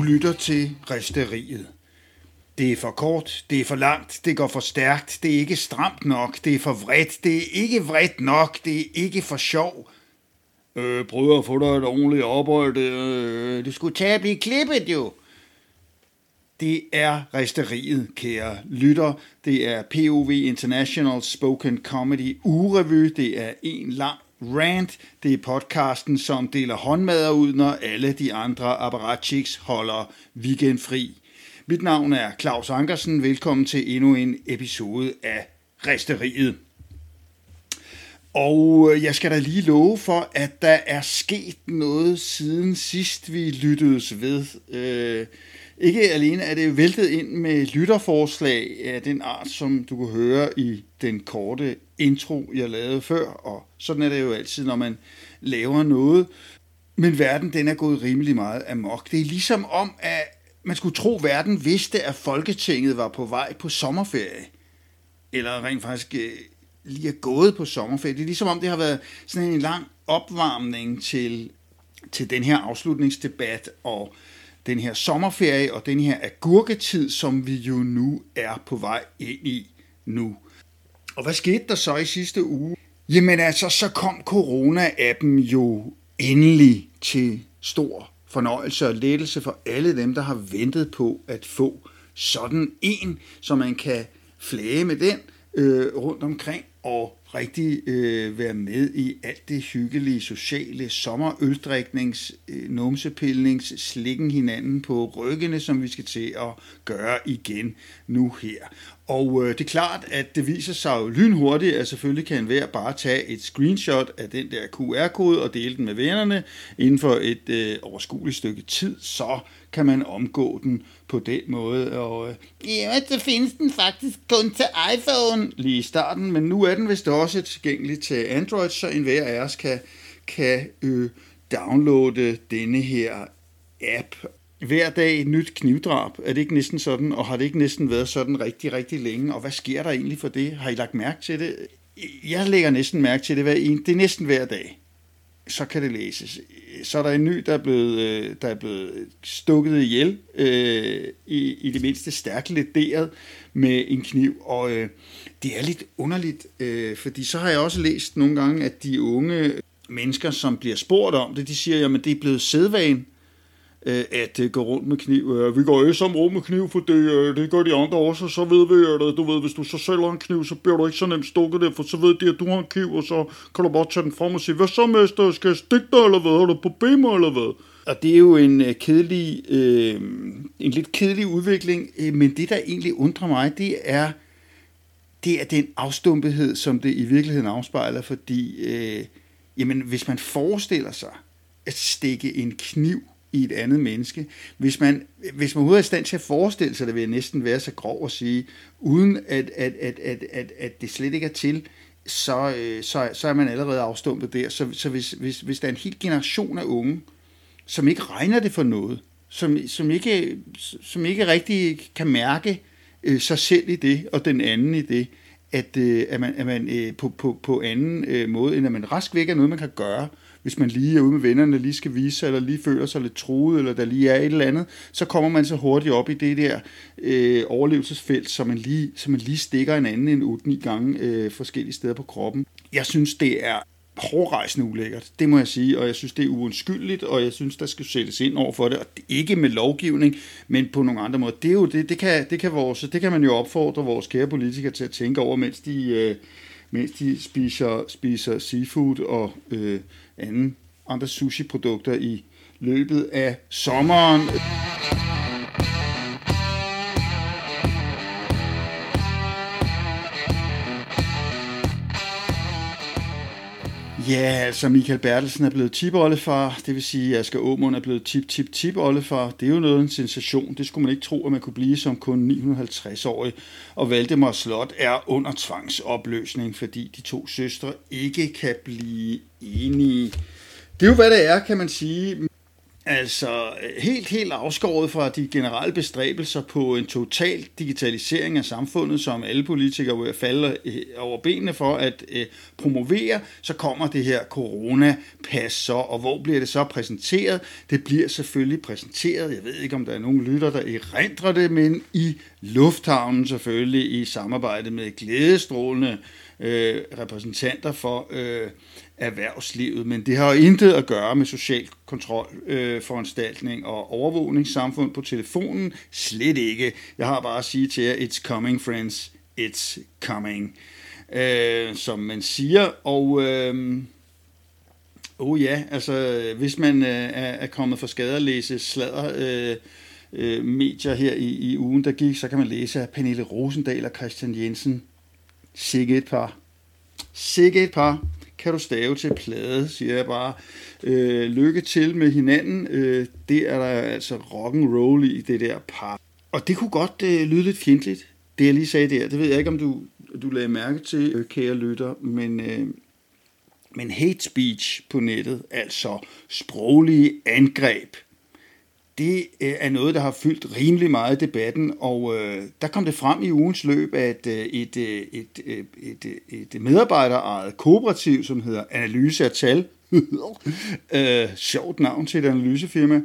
lytter til Risteriet. Det er for kort, det er for langt, det går for stærkt, det er ikke stramt nok, det er for vredt, det er ikke vredt nok, det er ikke for sjov. Prøv at få dig et ordentligt arbejde. Du skulle tage at blive klippet, jo. Det er Risteriet, kære lytter. Det er POV International Spoken Comedy Ugerevy. Det er en lang rant. Det er podcasten, som deler håndmadder ud, når alle de andre apparatchiks holder weekendfri. Mit navn er Claus Ankersen. Velkommen til endnu en episode af Risteriet. Og jeg skal da lige love for, at der er sket noget siden sidst vi lyttedes ved. Ikke alene er det væltet ind med lytterforslag af den art, som du kunne høre i den korte intro, jeg lavede før. Og sådan er det jo altid, når man laver noget. Men verden, den er gået rimelig meget amok. Det er ligesom om, at man skulle tro, at verden vidste, at Folketinget var på vej på sommerferie. Eller rent faktisk lige er gået på sommerferie. Det er ligesom om, det har været sådan en lang opvarmning til den her afslutningsdebat og den her sommerferie og den her agurketid, som vi jo nu er på vej ind i nu. Og hvad skete der så i sidste uge? Jamen altså, så kom corona-appen jo endelig til stor fornøjelse og lettelse for alle dem, der har ventet på at få sådan en, så man kan flage med den rundt omkring og rigtig være med i alt det hyggelige, sociale, sommerøldriknings, numsepillnings, slikken hinanden på ryggene, som vi skal til at gøre igen nu her. Og det er klart, at det viser sig jo lynhurtigt, at selvfølgelig kan enhver bare tage et screenshot af den der QR-kode og dele den med vennerne inden for et overskueligt stykke tid, så kan man omgå den på den måde. Og så findes den faktisk kun til iPhone lige i starten, men nu er den vist også tilgængelig til Android, så enhver af os kan downloade denne her app. Hver dag et nyt knivdrab, er det ikke næsten sådan, og har det ikke næsten været sådan rigtig, rigtig længe, og hvad sker der egentlig for det? Har I lagt mærke til det? Jeg lægger næsten mærke til det det er næsten hver dag. Så kan det læses. Så er der en ny, der er blevet stukket ihjel, i det mindste stærkt lederet med en kniv, og det er lidt underligt, fordi så har jeg også læst nogle gange, at de unge mennesker, som bliver spurgt om det, de siger, jamen det er blevet sædvane at gå rundt med kniv. Vi går ikke sammen rundt med kniv, for det gør de andre også, så ved vi, at du ved, hvis du så sælger en kniv, så bliver du ikke så nemt stukket der, for så ved de, at du har en kniv, og så kan du bare tage den frem og sige, hvad så, mester, skal jeg stikke dig, eller hvad? Har du problemer, eller hvad? Og det er jo en lidt kedelig udvikling, men det, der egentlig undrer mig, det er den afstumpethed, som det i virkeligheden afspejler, fordi jamen, hvis man forestiller sig at stikke en kniv i et andet menneske. Hvis man overhovedet er i stand til at forestille sig, det vil næsten være så grov at sige, uden at det slet ikke er til, så er man allerede afstumpet der. Så hvis der er en hel generation af unge, som ikke regner det for noget, som ikke rigtig kan mærke sig selv i det, og den anden i det, at man på anden måde, end at man rask væk er noget, man kan gøre, hvis man lige er ude med vennerne, lige skal vise sig, eller lige føler sig lidt truet, eller der lige er et eller andet, så kommer man så hurtigt op i det der overlevelsesfelt, så man lige stikker en anden en 8-9 gange forskellige steder på kroppen. Jeg synes, det er hårdrejsende ulækkert, det må jeg sige, og jeg synes, det er uundskyldeligt, og jeg synes, der skal sættes ind over for det, og ikke med lovgivning, men på nogle andre måder. Det er jo det kan man jo opfordre vores kære politikere til at tænke over, mens de spiser seafood og andre sushi-produkter i løbet af sommeren. Ja, altså Michael Bertelsen er blevet tipoldefar, det vil sige, at Asger Aamund er blevet tip-oldefar. Det er jo noget af en sensation. Det skulle man ikke tro, at man kunne blive som kun 950-årig. Og Valdemar Slot er under tvangsopløsning, fordi de to søstre ikke kan blive enige. Det er jo, hvad det er, kan man sige. altså helt afskåret fra de generelle bestræbelser på en total digitalisering af samfundet, som alle politikere vil falde over benene for at promovere, så kommer det her coronapas så, og hvor bliver det så præsenteret? Det bliver selvfølgelig præsenteret, jeg ved ikke om der er nogen lytter, der erindrer det, men i lufthavnen selvfølgelig i samarbejde med glædestrålende repræsentanter for erhvervslivet, men det har jo intet at gøre med social kontrol, foranstaltning og overvågningssamfund på telefonen. Slet ikke. Jeg har bare at sige til jer, it's coming, friends. It's coming. Som man siger. Og ja, altså hvis man er kommet for skade at læse sladder medier her i ugen, der gik, så kan man læse af Pernille Rosendahl og Christian Jensen. Sikke et par. Sikke et par. Kan du stave til plade, siger jeg bare. Lykke til med hinanden. Det er der altså rock'n'roll i det der par. Og det kunne godt lyde lidt fjendtligt, det jeg lige sagde der. Det ved jeg ikke, om du lagde mærke til, kære lytter, men hate speech på nettet, altså sproglige angreb, det er noget, der har fyldt rimelig meget i debatten, og der kom det frem i ugens løb, at et medarbejderejet kooperativ, som hedder Analyse af Tal, sjovt navn til et analysefirma,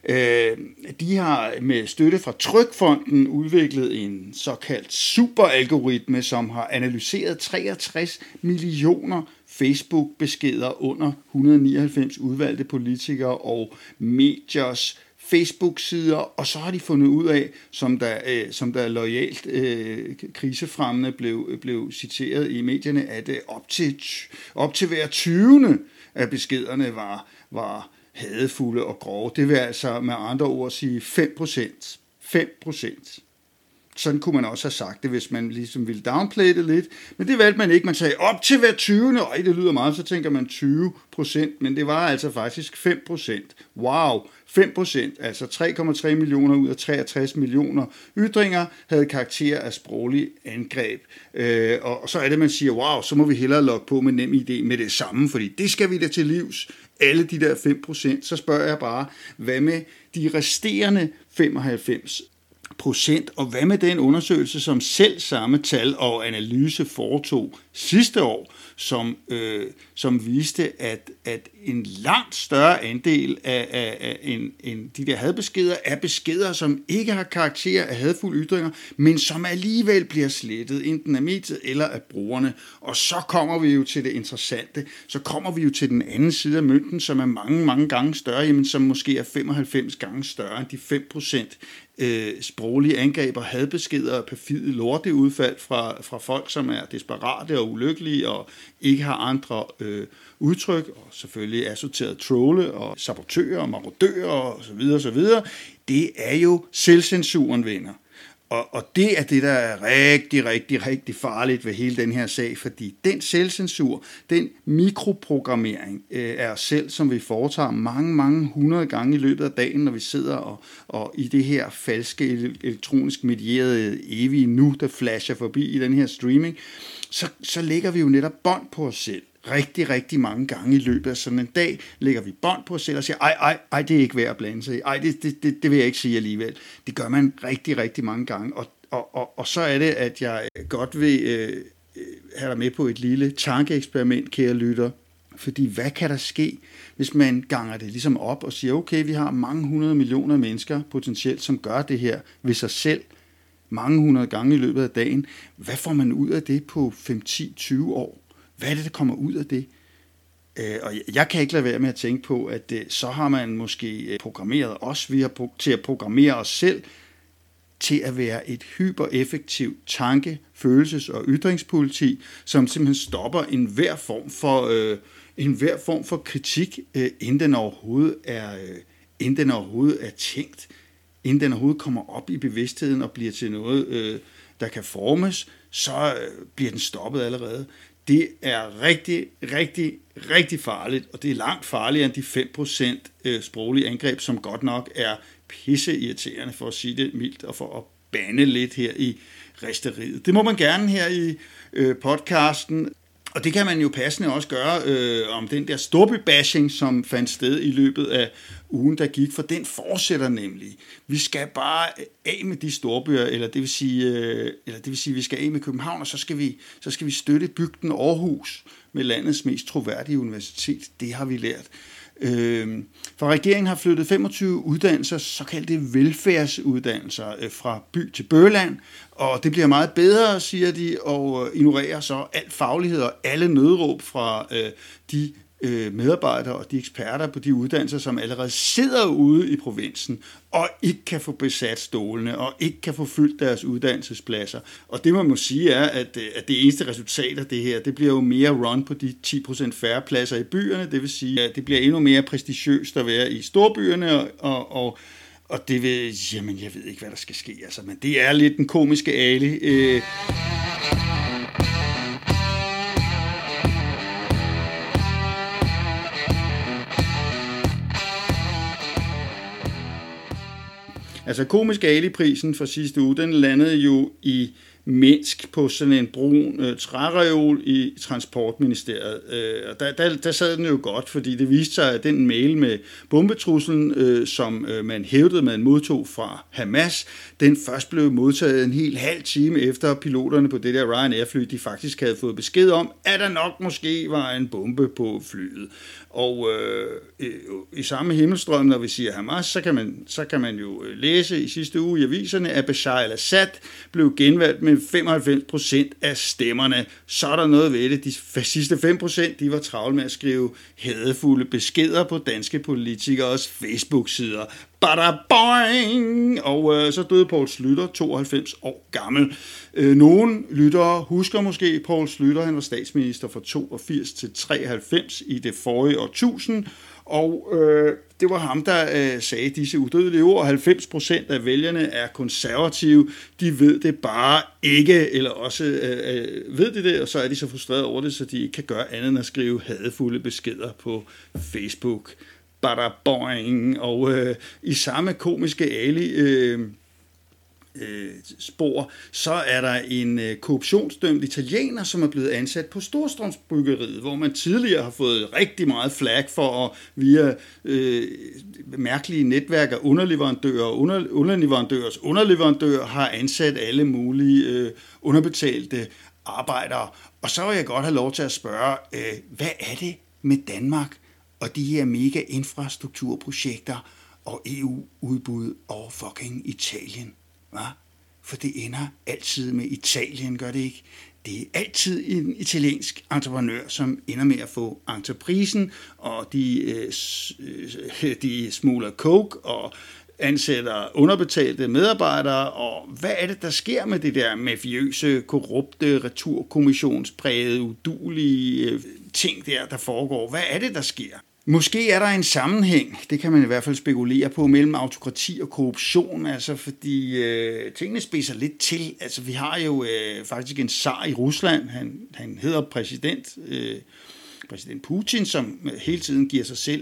de har med støtte fra Trykfonden udviklet en såkaldt superalgoritme, som har analyseret 63 millioner Facebook-beskeder under 199 udvalgte politikere og mediers Facebook-sider, og så har de fundet ud af, som der loyalt krisefremmende blev citeret i medierne, at op til hver 20. af beskederne var hadefulde og grove. Det vil altså med andre ord sige 5%. 5%. Sådan kunne man også have sagt det, hvis man ligesom ville downplay det lidt. Men det valgte man ikke. Man sagde op til hver 20. Øj, det lyder meget, så tænker man 20%. Men det var altså faktisk 5%. Wow, 5%. Altså 3,3 millioner ud af 63 millioner ytringer havde karakter af sproglig angreb. Og så er det, man siger, wow, så må vi hellere logge på med NemID med det samme, fordi det skal vi da til livs. Alle de der 5%. Så spørger jeg bare, hvad med de resterende 95%? Og hvad med den undersøgelse, som selv samme tal og analyse foretog sidste år, som viste, at en langt større andel end de der hadbeskeder er beskeder, som ikke har karakter af hadfulde ytringer, men som alligevel bliver slettet, enten af mediet eller af brugerne. Og så kommer vi jo til det interessante, så kommer vi jo til den anden side af mønten, som er mange, mange gange større, jamen, som måske er 95 gange større end de 5%. Sproglige angreb og hadbeskeder og perfide lorteudfald fra folk, som er desperate og ulykkelige og ikke har andre udtryk, og selvfølgelig assorteret trolle og sabotører og marodører og så videre, så videre. Det er jo selvcensuren, venner. Og det er det, der er rigtig, rigtig, rigtig farligt ved hele den her sag, fordi den selvcensur, den mikroprogrammering af os selv, som vi foretager mange, mange 100 gange i løbet af dagen, når vi sidder og i det her falske elektronisk medierede evige nu, der flasher forbi i den her streaming, så lægger vi jo netop bånd på os selv. Rigtig, rigtig mange gange i løbet af sådan en dag lægger vi bånd på os selv og siger, ej, det er ikke værd at blande sig i. Ej, det vil jeg ikke sige alligevel. Det gør man rigtig, rigtig mange gange. Og så er det, at jeg godt vil have dig med på et lille tankeeksperiment, kære lytter. Fordi hvad kan der ske, hvis man ganger det ligesom op og siger, okay, vi har mange 100 millioner mennesker potentielt, som gør det her ved sig selv mange 100 gange i løbet af dagen. Hvad får man ud af det på 5, 10, 20 år? Hvad er det, der kommer ud af det? Og jeg kan ikke lade være med at tænke på, at så har man måske programmeret os, vi har til at programmere os selv til at være et hypereffektivt tanke-, følelses- og ytringspoliti, som simpelthen stopper enhver form for kritik, inden den overhovedet er tænkt, inden den overhovedet kommer op i bevidstheden og bliver til noget, der kan formes, så bliver den stoppet allerede. Det er rigtig, rigtig, rigtig farligt, og det er langt farligere end de 5% sproglige angreb, som godt nok er pisseirriterende, for at sige det mildt, og for at bande lidt her i risteriet. Det må man gerne her i podcasten. Og det kan man jo passende også gøre om den der storbybashing, som fandt sted i løbet af ugen, der gik, for den fortsætter nemlig. Vi skal bare af med de storbyer, eller det vil sige, vi skal af med København, og så skal vi støtte bygden Aarhus med landets mest troværdige universitet. Det har vi lært. For regeringen har flyttet 25 uddannelser, såkaldte velfærdsuddannelser, fra by til bøland, og det bliver meget bedre, siger de, og ignorerer så al faglighed og alle nødråb fra de medarbejdere og de eksperter på de uddannelser, som allerede sidder ude i provinsen og ikke kan få besat stolene og ikke kan få fyldt deres uddannelsespladser. Og det man må sige er, at det eneste resultat af det her, det bliver jo mere run på de 10% færre pladser i byerne. Det vil sige, at det bliver endnu mere prestigiøst at være i storbyerne, og det vil, jamen jeg ved ikke, hvad der skal ske, altså, men det er lidt den komiske Ali. Altså Komiske Ali-prisen for sidste uge, den landede jo i Minsk på sådan en brun træreol i Transportministeriet. Og der sad den jo godt, fordi det viste sig, at den mail med bombetruslen, som man hævdede, man modtog fra Hamas, den først blev modtaget en hel halv time efter piloterne på det der Ryanair-fly, de faktisk havde fået besked om, at der nok måske var en bombe på flyet. Og i samme himmelstrøm, når vi siger Hamas, så kan man jo læse i sidste uge i aviserne, at Bashar al-Assad blev genvalgt med 95% af stemmerne. Så er der noget ved det. De sidste 5%, de var travlt med at skrive hadefulde beskeder på danske politikeres Facebook-sider. Bada boing! Og så døde Poul Schlüter, 92 år gammel. Nogle lyttere husker måske Poul Schlüter, han var statsminister fra 82 til 93 i det forrige årtusind, og det var ham, der sagde disse udødelige ord. 90% af vælgerne er konservative, de ved det bare ikke, eller også ved de det, og så er de så frustrerede over det, så de ikke kan gøre andet end at skrive hadefulde beskeder på Facebook. Bada boing! Og i samme Komiske Ali spor, så er der en korruptionsdømt italiener, som er blevet ansat på Storstrømsbryggeriet, hvor man tidligere har fået rigtig meget flag for at via mærkelige netværk af underleverandører og underleverandørers underleverandører har ansat alle mulige underbetalte arbejdere. Og så vil jeg godt have lov til at spørge, hvad er det med Danmark og de her mega infrastrukturprojekter og EU-udbud over fucking Italien? Hva? For det ender altid med Italien, gør det ikke? Det er altid en italiensk entreprenør, som ender med at få entreprisen, og de smugler coke og ansætter underbetalte medarbejdere, og hvad er det, der sker med det der mafiøse, korrupte, returkommissionsprægede, udulige ting der foregår? Hvad er det, der sker? Måske er der en sammenhæng, det kan man i hvert fald spekulere på, mellem autokrati og korruption, altså fordi tingene spidser lidt til. Altså vi har jo faktisk en zar i Rusland, han hedder præsident Putin, som hele tiden giver sig selv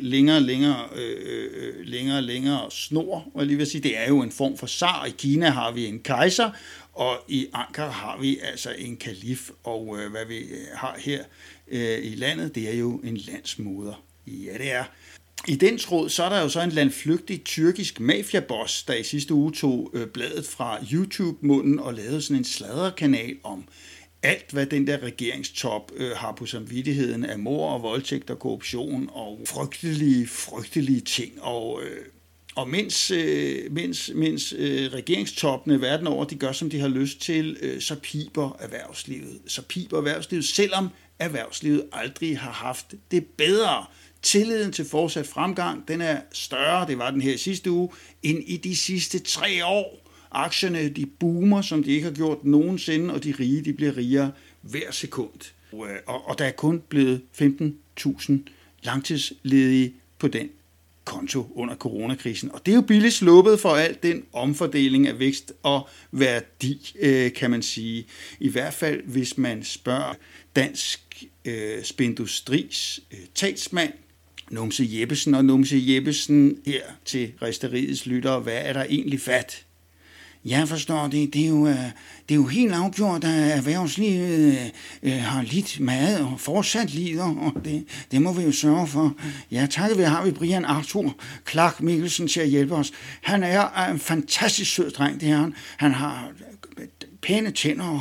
længere snor, og lige vil sige, det er jo en form for zar. I Kina har vi en kejser, og i Ankara har vi altså en kalif, og hvad vi har her i landet, det er jo en landsmoder. Ja, det er. I den tråd, så er der jo så en landflygtig tyrkisk mafiaboss, der i sidste uge tog bladet fra YouTube-munden og lavede sådan en sladrekanal om alt, hvad den der regeringstop har på samvittigheden af mord og voldtægt og korruption og frygtelige ting. Og mens regeringstoppene verden over, de gør, som de har lyst til, så piber erhvervslivet. Selvom erhvervslivet aldrig har haft det bedre. Tilliden til fortsat fremgang, den er større, det var den her i sidste uge, end i de sidste 3 år. Aktierne, de boomer, som de ikke har gjort nogensinde, og de rige, de bliver rigere hver sekund. Og der er kun blevet 15.000 langtidsledige på den konto under coronakrisen. Og det er jo billigt sluppet for alt den omfordeling af vækst og værdi, kan man sige. I hvert fald, hvis man spørger Dansk Spindustris talsmand, Numse Jeppesen, og Numse Jeppesen her til Risteriets lyttere, hvad er der egentlig fat? Jeg forstår det. Det er jo helt afgjort, at erhvervslivet har lidt meget og fortsat lider, og det må vi jo sørge for. Ja, takket har vi Brian Arthur Clark Mikkelsen til at hjælpe os. Han er en fantastisk sød dreng, det er han. Han har pæne tænder, og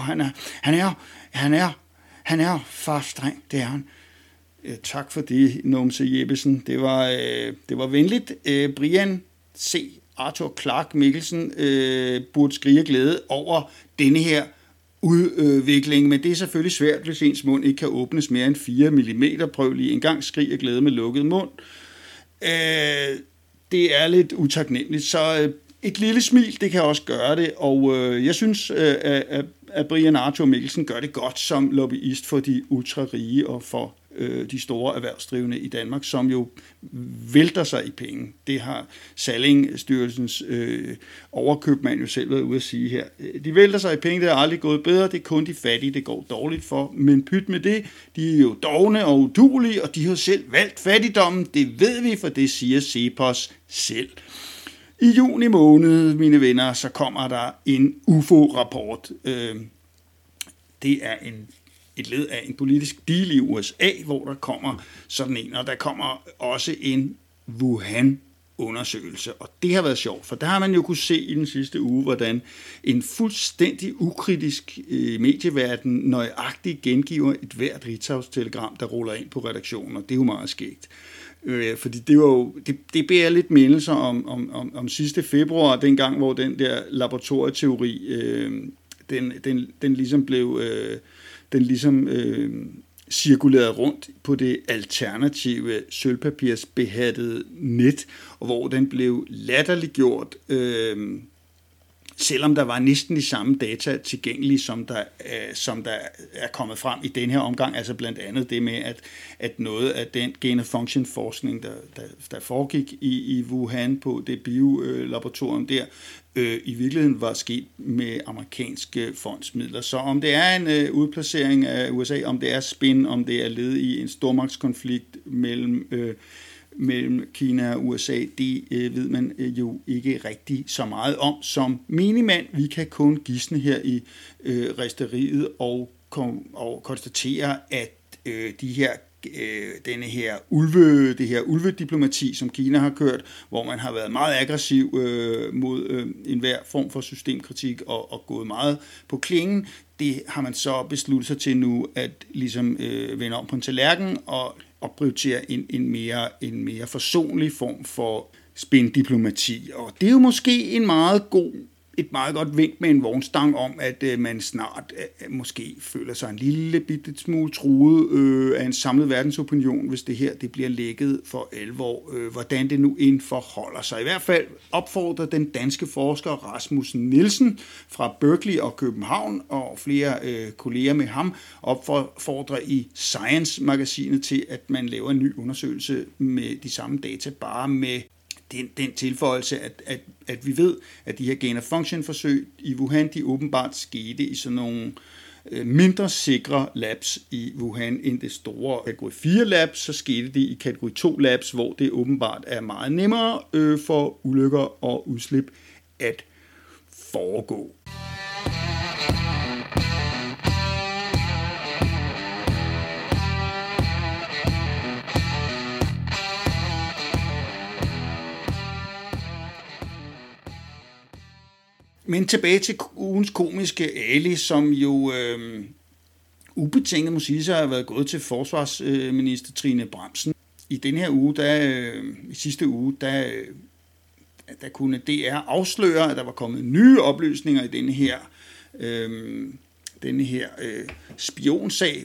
han er fars dreng, det er han. Tak for det, Numse Jeppesen. Det var venligt. Brian C. Arthur Clark Mikkelsen burde skrige glæde over denne her udvikling, men det er selvfølgelig svært, hvis ens mund ikke kan åbnes mere end 4 mm. Prøv lige en gang, skrig af glæde med lukket mund. Det er lidt utaknemmeligt, så et lille smil, det kan også gøre det, og jeg synes, at Brian Arthur Mikkelsen gør det godt som lobbyist for de ultrarige og for de store erhvervsdrivende i Danmark, som jo vælter sig i penge. Det har Salling-styrelsens overkøbmand jo selv været ude at sige her. De vælter sig i penge, det er aldrig gået bedre, det er kun de fattige, det går dårligt for. Men pyt med det, de er jo dovne og uduelige, og de har selv valgt fattigdommen, det ved vi, for det siger Cepos selv. I juni måned, mine venner, så kommer der en UFO-rapport. Det er et led af en politisk deal i USA, hvor der kommer sådan en, og der kommer også en Wuhan-undersøgelse. Og det har været sjovt, for der har man jo kunne se i den sidste uge, hvordan en fuldstændig ukritisk medieverden nøjagtigt gengiver et hvert Ritzau-telegram, der ruller ind på redaktionen, og det er jo meget skægt. Fordi det bærer lidt mindelser om sidste februar, dengang, hvor den der laboratorieteori, den ligesom blev... cirkuleret rundt på det alternative sølvpapirsbehattede net, og hvor den blev latterliggjort, selvom der var næsten de samme data tilgængelige, som der er kommet frem i den her omgang, altså blandt andet det med, at noget af den gain-of-function-forskning, der foregik i Wuhan på det biolaboratorium der, i virkeligheden var sket med amerikanske fondsmidler. Så om det er en udplacering af USA, om det er spin, om det er led i en stormagtskonflikt mellem Kina og USA, det ved man jo ikke rigtig så meget om. Som minimand, vi kan kun gisne her i resteriet og konstatere, at det her ulvediplomati, som Kina har kørt, hvor man har været meget aggressiv mod enhver form for systemkritik og gået meget på klingen, det har man så besluttet sig til nu at ligesom vende om på en tallerken og prioritere en mere forsonlig form for spindiplomati. Og det er jo måske et meget godt vink med en vognstang om, at man snart måske føler sig en lille bitte smule truet af en samlet verdensopinion, hvis det her det bliver lækket for alvor. Hvordan det nu end forholder sig. I hvert fald opfordrer den danske forsker Rasmus Nielsen fra Berkeley og København og flere kolleger med ham opfordrer i Science-magasinet til, at man laver en ny undersøgelse med de samme data, bare med den tilføjelse, at vi ved, at de her gain-of-function-forsøg i Wuhan, de åbenbart skete i sådan nogle mindre sikre labs i Wuhan end det store kategori 4 labs, så skete det i kategori 2 labs, hvor det åbenbart er meget nemmere for ulykker og udslip at foregå. Men tilbage til ugens komiske Ali, som jo ubetinget må sige sig at have været gået til forsvarsminister Trine Bramsen. I den her uge, i sidste uge, der kunne DR afsløre, at der var kommet nye oplysninger i denne her spionsag,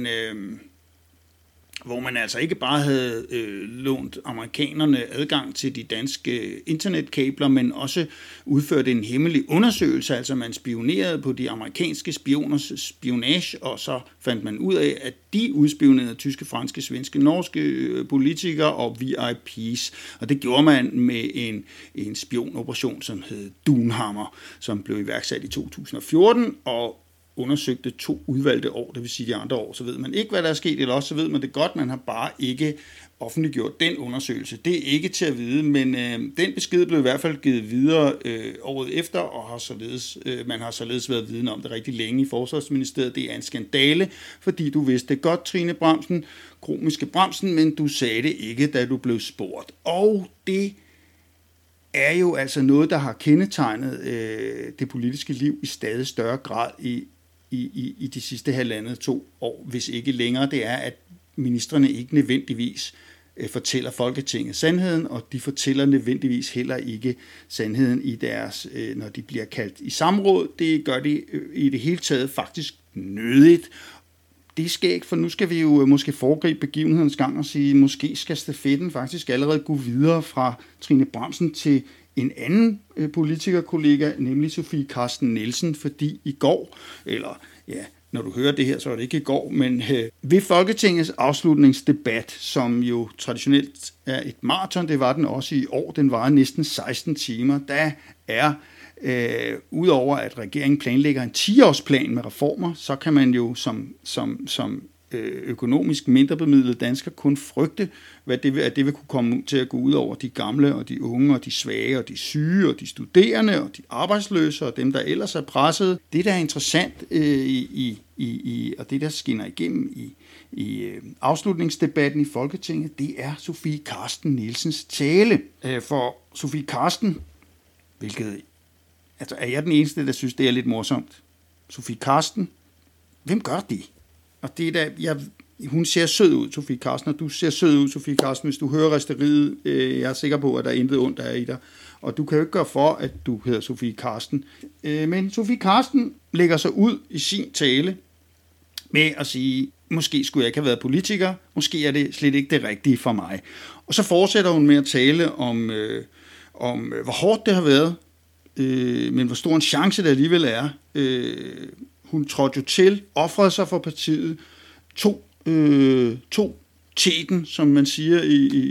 hvor man altså ikke bare havde lånt amerikanerne adgang til de danske internetkabler, men også udførte en hemmelig undersøgelse, altså man spionerede på de amerikanske spioners spionage, og så fandt man ud af, at de udspionerede tyske, franske, svenske, norske politikere og VIPs, og det gjorde man med en spionoperation, som hed Dunhammer, som blev iværksat i 2014, og undersøgte 2 udvalgte år, det vil sige de andre år, så ved man ikke, hvad der er sket, eller også så ved man det godt, man har bare ikke offentliggjort den undersøgelse. Det er ikke til at vide, men den besked blev i hvert fald givet videre året efter, og man har således været viden om det rigtig længe i Forsvarsministeriet. Det er en skandale, fordi du vidste det godt, Trine Bramsen, Kroniske Bramsen, men du sagde det ikke, da du blev spurgt. Og det er jo altså noget, der har kendetegnet det politiske liv i stadig større grad i de sidste 1,5-2 år, hvis ikke længere. Det er, at ministrene ikke nødvendigvis fortæller Folketinget sandheden, og de fortæller nødvendigvis heller ikke sandheden i deres, når de bliver kaldt i samråd. Det gør de i det hele taget faktisk nødigt. Det er skægt, for nu skal vi jo måske foregribe begivenhedens gang og sige, måske skal stafetten faktisk allerede gå videre fra Trine Bramsen til en anden politikerkollega, nemlig Sofie Carsten Nielsen, fordi i går, eller ja, når du hører det her, så er det ikke i går, men ved Folketingets afslutningsdebat, som jo traditionelt er et maraton, det var den også i år, den var næsten 16 timer, der er udover at regeringen planlægger en 10-årsplan med reformer, så kan man jo som økonomisk mindre bemidlede dansker kun frygte, at det vil kunne komme til at gå ud over de gamle og de unge og de svage og de syge og de studerende og de arbejdsløse og dem, der ellers er presset. Det, der er interessant og det, der skinner igennem i afslutningsdebatten i Folketinget, det er Sofie Carsten Nielsens tale. For Sofie Carsten, hvilket altså er jeg den eneste, der synes, det er lidt morsomt. Sofie Carsten, hvem gør det? Og det er da, hun ser sød ud, Sofie Carsten, og du ser sød ud, Sofie Carsten, hvis du hører resteriet. Jeg er sikker på, at der er intet ondt, der er i dig. Og du kan jo ikke gøre for, at du hedder Sofie Carsten. Men Sofie Carsten lægger sig ud i sin tale med at sige, måske skulle jeg ikke have været politiker, måske er det slet ikke det rigtige for mig. Og så fortsætter hun med at tale om hvor hårdt det har været, men hvor stor en chance det alligevel er. Hun trådte jo til, ofrede sig for partiet, tog teten, som man siger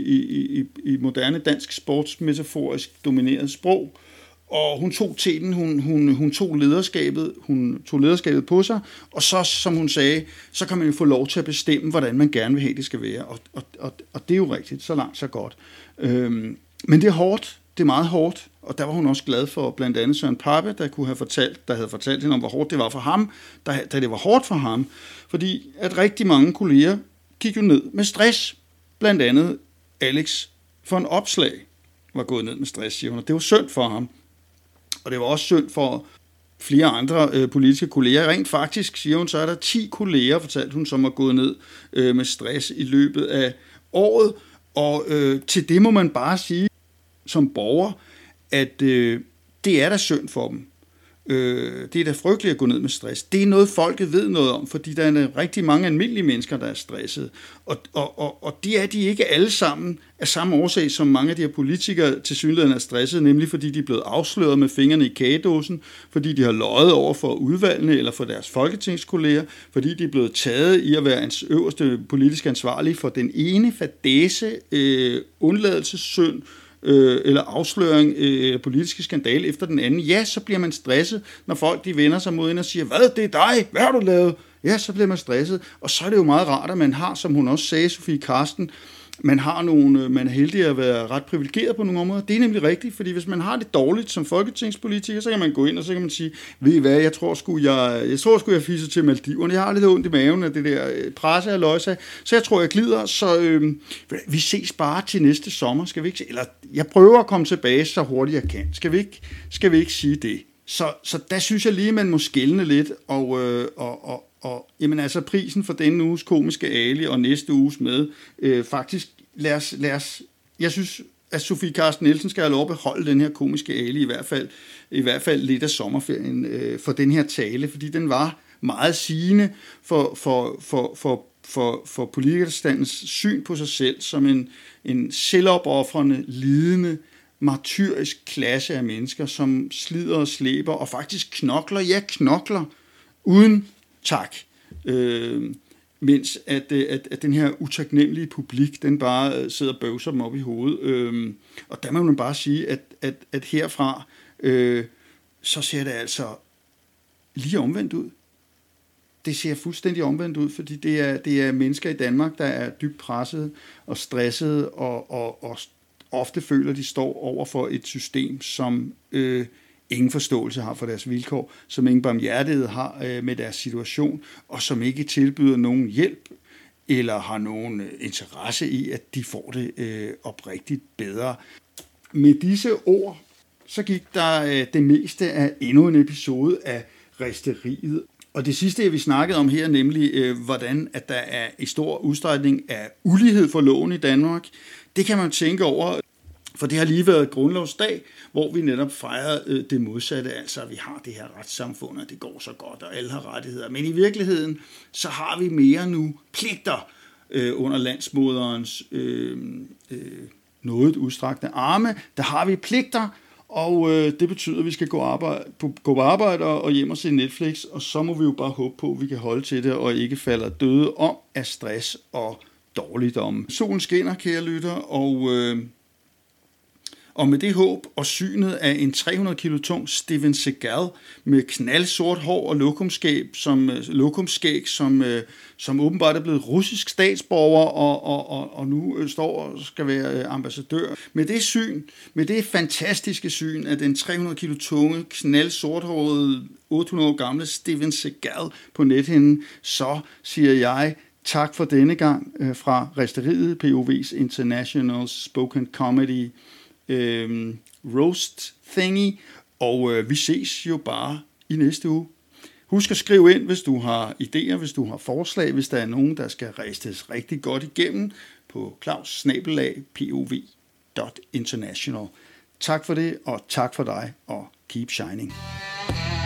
i moderne dansk sportsmetaforisk domineret sprog, og hun tog teten, hun tog lederskabet på sig, og så, som hun sagde, så kan man jo få lov til at bestemme, hvordan man gerne vil have, det skal være, og det er jo rigtigt, så langt så godt. Men det er hårdt. Det er meget hårdt, og der var hun også glad for blandt andet Søren Pape, der havde fortalt hende om, hvor hårdt det var for ham, da det var hårdt for ham, fordi at rigtig mange kolleger gik jo ned med stress. Blandt andet Alex von Opslag var gået ned med stress, siger hun, og det var synd for ham. Og det var også synd for flere andre politiske kolleger. Rent faktisk, siger hun, så er der 10 kolleger, fortalte hun, som var gået ned med stress i løbet af året, og til det må man bare sige, som borger, at det er da synd for dem. Det er da frygteligt at gå ned med stress. Det er noget, folket ved noget om, fordi der er rigtig mange almindelige mennesker, der er stresset. Og det er de ikke alle sammen af samme årsag, som mange af de her politikere tilsyneladende er stresset, nemlig fordi de er blevet afsløret med fingrene i kagedåsen, fordi de har løjet over for udvalgene eller for deres folketingskolleger, fordi de er blevet taget i at være ens øverste politisk ansvarlige for den ene fadæse, undladelsessynd, eller afsløring eller politiske skandale efter den anden, ja, så bliver man stresset, når folk de vender sig mod en og siger, hvad, det er dig, hvad har du lavet? Ja, så bliver man stresset, og så er det jo meget rart, at man har, som hun også sagde, Sofie Carsten, man er heldig at være ret privilegeret på nogle områder. Det er nemlig rigtigt, fordi hvis man har det dårligt som folketingspolitiker, så kan man gå ind, og så kan man sige, ved I hvad, jeg tror sgu, jeg fisser til Maldiverne. Jeg har lidt ondt i maven af det der presse og løjse, så jeg tror, jeg glider. Så vi ses bare til næste sommer, skal vi ikke? Eller jeg prøver at komme tilbage så hurtigt jeg kan. Skal vi ikke sige det? Så der synes jeg lige, man må skelne lidt, og jamen altså prisen for denne uges komiske Ali og næste uges med, faktisk lad os, jeg synes, at Sofie Carsten Nielsen skal have lov at beholde den her komiske Ali, i hvert fald lidt af sommerferien for den her tale, fordi den var meget sigende for politikerstandens syn på sig selv som en selvopoffrende, lidende, martyrisk klasse af mennesker, som slider og slæber og faktisk knokler uden tak, mens at den her utaknemmelige publik, den bare sidder og bøvser dem op i hovedet. Og der må man bare sige, at herfra, så ser det altså lige omvendt ud. det ser fuldstændig omvendt ud, fordi det er mennesker i Danmark, der er dybt presset og stresset og ofte føler, at de står over for et system, som ingen forståelse har for deres vilkår, som ingen barmhjertighed har med deres situation, og som ikke tilbyder nogen hjælp eller har nogen interesse i, at de får det oprigtigt bedre. Med disse ord, så gik der det meste af endnu en episode af Risteriet. Og det sidste, vi snakkede om her, nemlig hvordan at der er i stor udstrækning af ulighed for loven i Danmark, det kan man tænke over, for det har lige været grundlovsdag, hvor vi netop fejrede det modsatte, altså at vi har det her retssamfund, og det går så godt, og alle har rettigheder. Men i virkeligheden, så har vi mere nu pligter under landsmoderens noget udstrakte arme. Der har vi pligter, og det betyder, at vi skal gå på arbejde og hjem og se Netflix, og så må vi jo bare håbe på, at vi kan holde til det, og ikke falder døde om af stress og dårligdom. Solen skinner, kære lytter, og med det håb og synet af en 300 kilo tung Steven Seagal med knaldsort hår og lokumskæg, som åbenbart er blevet russisk statsborger og nu står og skal være ambassadør. Med det syn, med det fantastiske syn af den 300 kilo tunge, knaldsorthårede, 800 år gamle Steven Seagal på nethinden, så siger jeg tak for denne gang fra Risteriet, POV's International Spoken Comedy roast thingy, og vi ses jo bare i næste uge. Husk at skrive ind, hvis du har idéer, hvis du har forslag, hvis der er nogen, der skal ristes rigtig godt igennem på klaus@pov.international. Tak for det, og tak for dig, og keep shining.